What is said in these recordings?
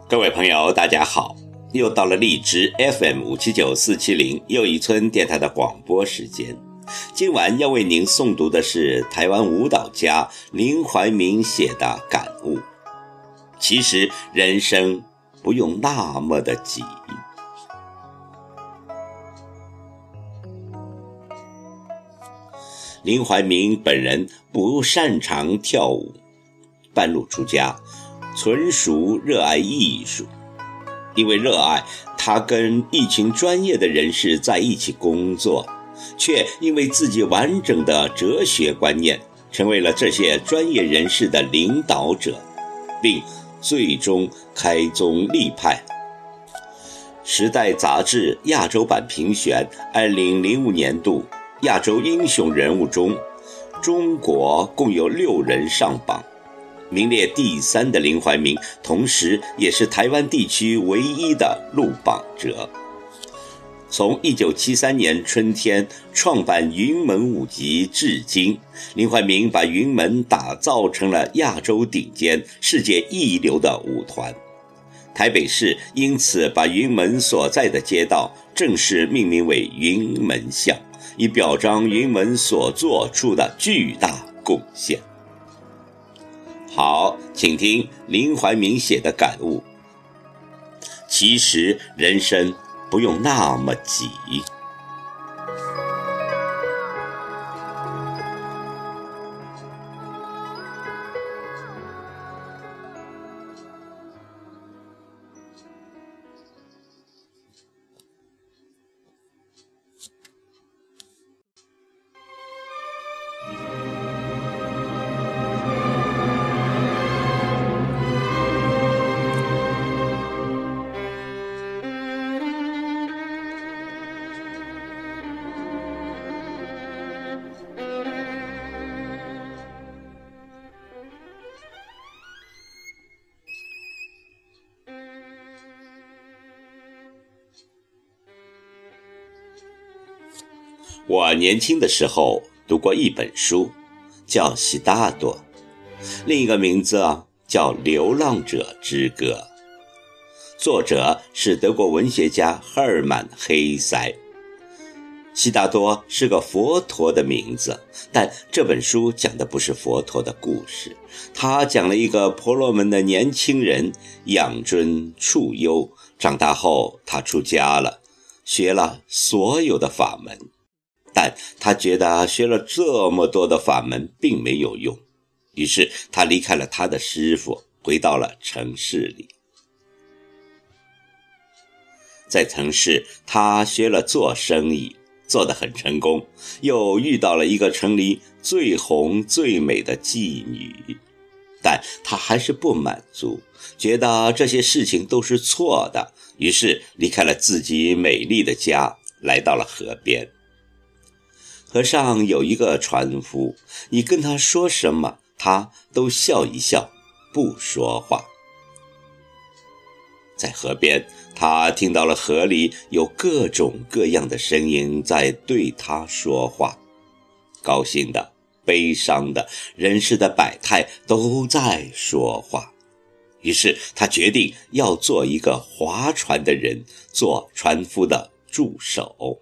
各位朋友大家好，又到了荔枝 FM579470又一村电台的广播时间。今晚要为您诵读的是台湾舞蹈家林怀民写的感悟。其实人生不用那么的急。林怀民本人不擅长跳舞，半路出家，纯属热爱艺术。因为热爱，他跟一群专业的人士在一起工作，却因为自己完整的哲学观念，成为了这些专业人士的领导者，并最终开宗立派。时代杂志亚洲版评选2005年度亚洲英雄人物中，中国共有6人上榜，名列第3的林怀民，同时也是台湾地区唯一的入榜者。从1973年春天创办云门舞集至今，林怀民把云门打造成了亚洲顶尖、世界一流的舞团。台北市因此把云门所在的街道正式命名为云门巷，以表彰云门所做出的巨大贡献。好，请听林怀民写的感悟。其实人生不用那么急。我年轻的时候读过一本书，叫《悉达多》，另一个名字叫《流浪者之歌》，作者是德国文学家赫尔曼·黑塞。悉达多是个佛陀的名字，但这本书讲的不是佛陀的故事，他讲了一个婆罗门的年轻人养尊处优，长大后他出家了，学了所有的法门。但他觉得学了这么多的法门并没有用，于是他离开了他的师父，回到了城市里。在城市，他学了做生意，做得很成功，又遇到了一个城里最红最美的妓女，但他还是不满足，觉得这些事情都是错的，于是离开了自己美丽的家，来到了河边。河上有一个船夫，你跟他说什么，他都笑一笑，不说话。在河边，他听到了河里有各种各样的声音在对他说话，高兴的、悲伤的、人世的百态都在说话。于是他决定要做一个划船的人，做船夫的助手。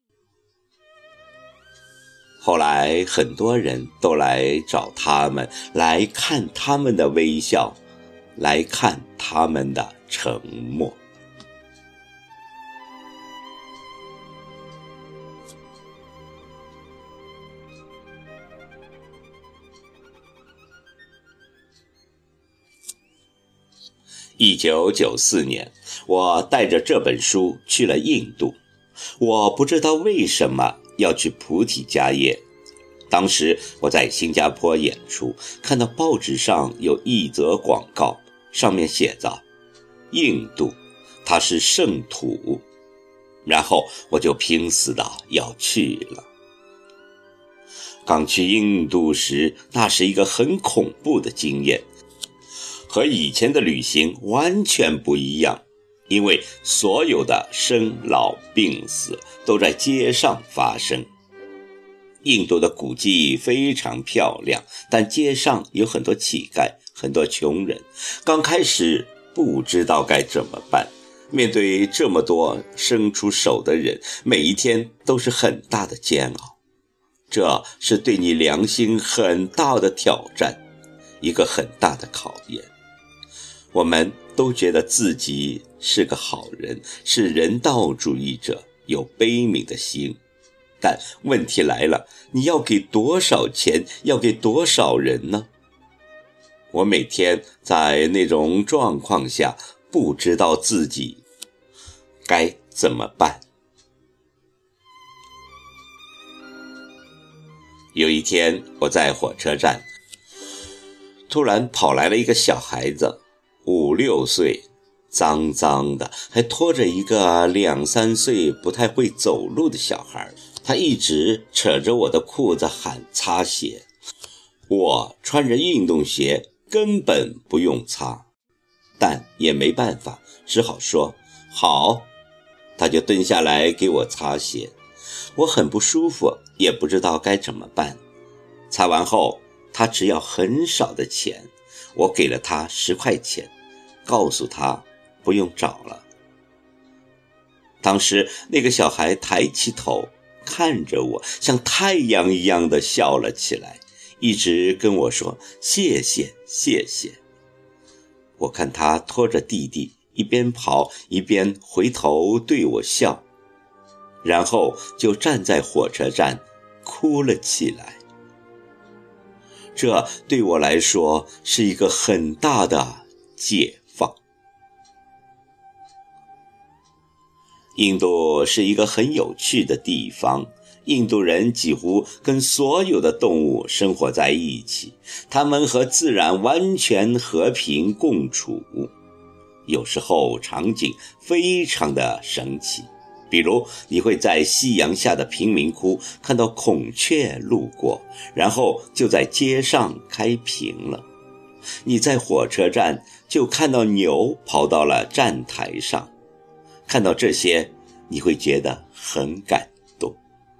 后来很多人都来找他们，来看他们的微笑，来看他们的沉默。1994年，我带着这本书去了印度。我不知道为什么要去菩提迦叶。当时我在新加坡演出，看到报纸上有一则广告，上面写着印度，它是圣土。然后我就拼死的要去了。刚去印度时，那是一个很恐怖的经验，和以前的旅行完全不一样。因为所有的生老病死都在街上发生。印度的古迹非常漂亮，但街上有很多乞丐，很多穷人。刚开始不知道该怎么办。面对这么多伸出手的人，每一天都是很大的煎熬，这是对你良心很大的挑战，一个很大的考验。我们都觉得自己是个好人，是人道主义者，有悲悯的心。但问题来了，你要给多少钱，要给多少人呢？我每天在那种状况下，不知道自己该怎么办。有一天，我在火车站，突然跑来了一个小孩子，5、6岁，脏脏的，还拖着一个2、3岁不太会走路的小孩。他一直扯着我的裤子喊擦鞋，我穿着运动鞋根本不用擦，但也没办法，只好说好。他就蹲下来给我擦鞋，我很不舒服，也不知道该怎么办。擦完后，他只要很少的钱，我给了他10块钱，告诉他不用找了。当时那个小孩抬起头看着我，像太阳一样的笑了起来，一直跟我说谢谢谢谢。我看他拖着弟弟一边跑一边回头对我笑，然后就站在火车站哭了起来。这对我来说是一个很大的解放。印度是一个很有趣的地方，印度人几乎跟所有的动物生活在一起，他们和自然完全和平共处。有时候场景非常的神奇，比如你会在夕阳下的贫民窟看到孔雀路过，然后就在街上开屏了。你在火车站就看到牛跑到了站台上，看到这些你会觉得很感动。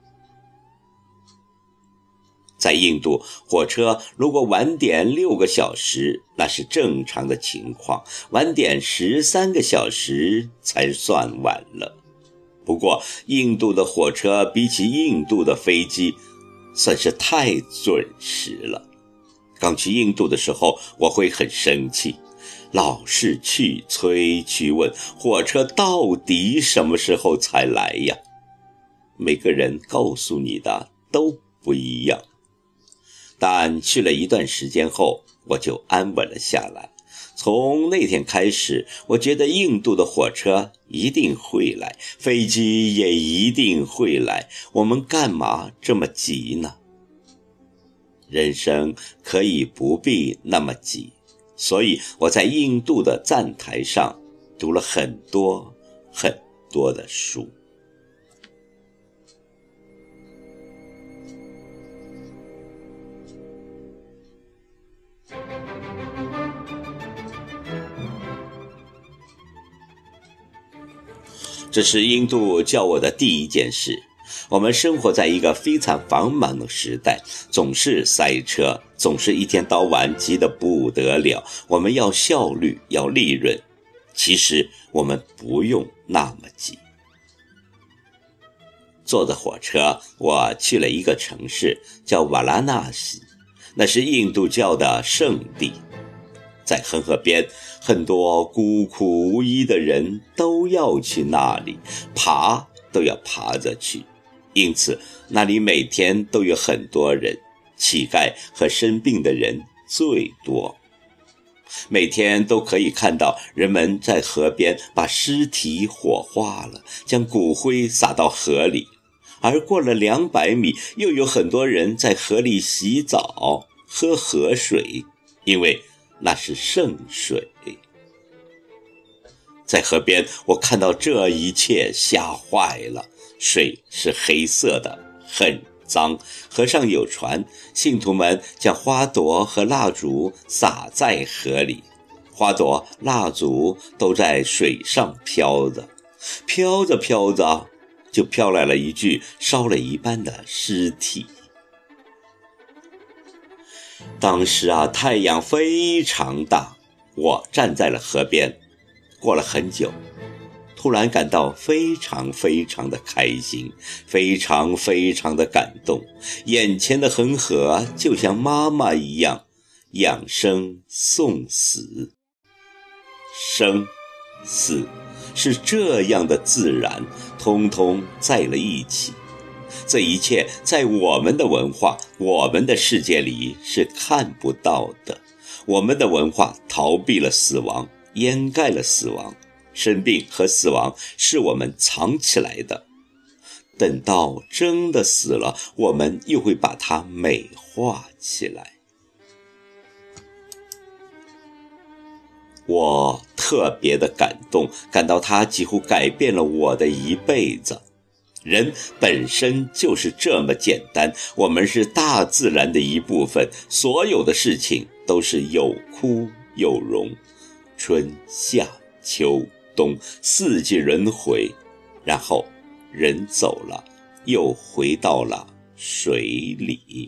在印度，火车如果晚点6个小时，那是正常的情况，晚点13个小时才算晚了。不过印度的火车比起印度的飞机算是太准时了。刚去印度的时候，我会很生气，老是去催去问，火车到底什么时候才来呀？每个人告诉你的都不一样。但去了一段时间后，我就安稳了下来。从那天开始，我觉得印度的火车一定会来，飞机也一定会来，我们干嘛这么急呢？人生可以不必那么急，所以我在印度的站台上读了很多很多的书。这是印度教我的第一件事。我们生活在一个非常繁忙的时代，总是塞车，总是一天到晚急得不得了。我们要效率，要利润。其实我们不用那么急。坐着火车，我去了一个城市，叫瓦拉纳西，那是印度教的圣地。在恒河边，很多孤苦无依的人都要去那里，爬都要爬着去，因此那里每天都有很多人，乞丐和生病的人最多。每天都可以看到人们在河边把尸体火化了，将骨灰撒到河里，而过了200米，又有很多人在河里洗澡，喝河水，因为那是圣水。在河边，我看到这一切吓坏了。水是黑色的，很脏，河上有船，信徒们将花朵和蜡烛撒在河里，花朵、蜡烛都在水上飘着，飘着飘着，就飘来了一具烧了一半的尸体。当时太阳非常大，我站在了河边， 过了很久，突然感到非常非常的开心，非常非常的感动。眼前的恒河就像妈妈一样，养生送死。生死是这样的自然，通通在了一起。这一切在我们的文化，我们的世界里是看不到的。我们的文化逃避了死亡，掩盖了死亡，生病和死亡是我们藏起来的。等到真的死了，我们又会把它美化起来。我特别的感动，感到它几乎改变了我的一辈子。人本身就是这么简单，我们是大自然的一部分，所有的事情都是有枯有荣，春夏秋冬，四季轮回，然后人走了，又回到了水里。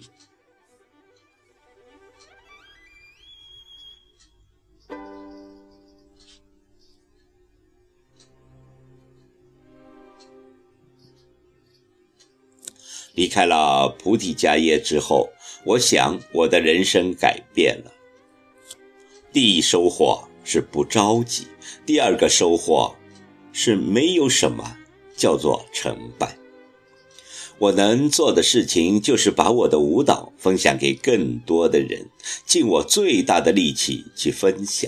离开了菩提迦耶之后，我想我的人生改变了。第一收获是不着急，第二个收获是没有什么叫做成败。我能做的事情就是把我的舞蹈分享给更多的人，尽我最大的力气去分享。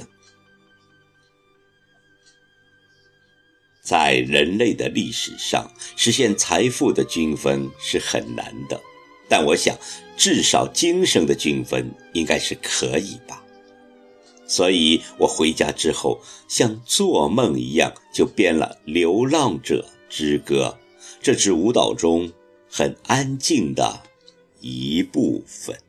在人类的历史上，实现财富的均分是很难的，但我想至少精神的均分应该是可以吧。所以我回家之后像做梦一样就编了《流浪者之歌》，这支舞蹈中很安静的一部分。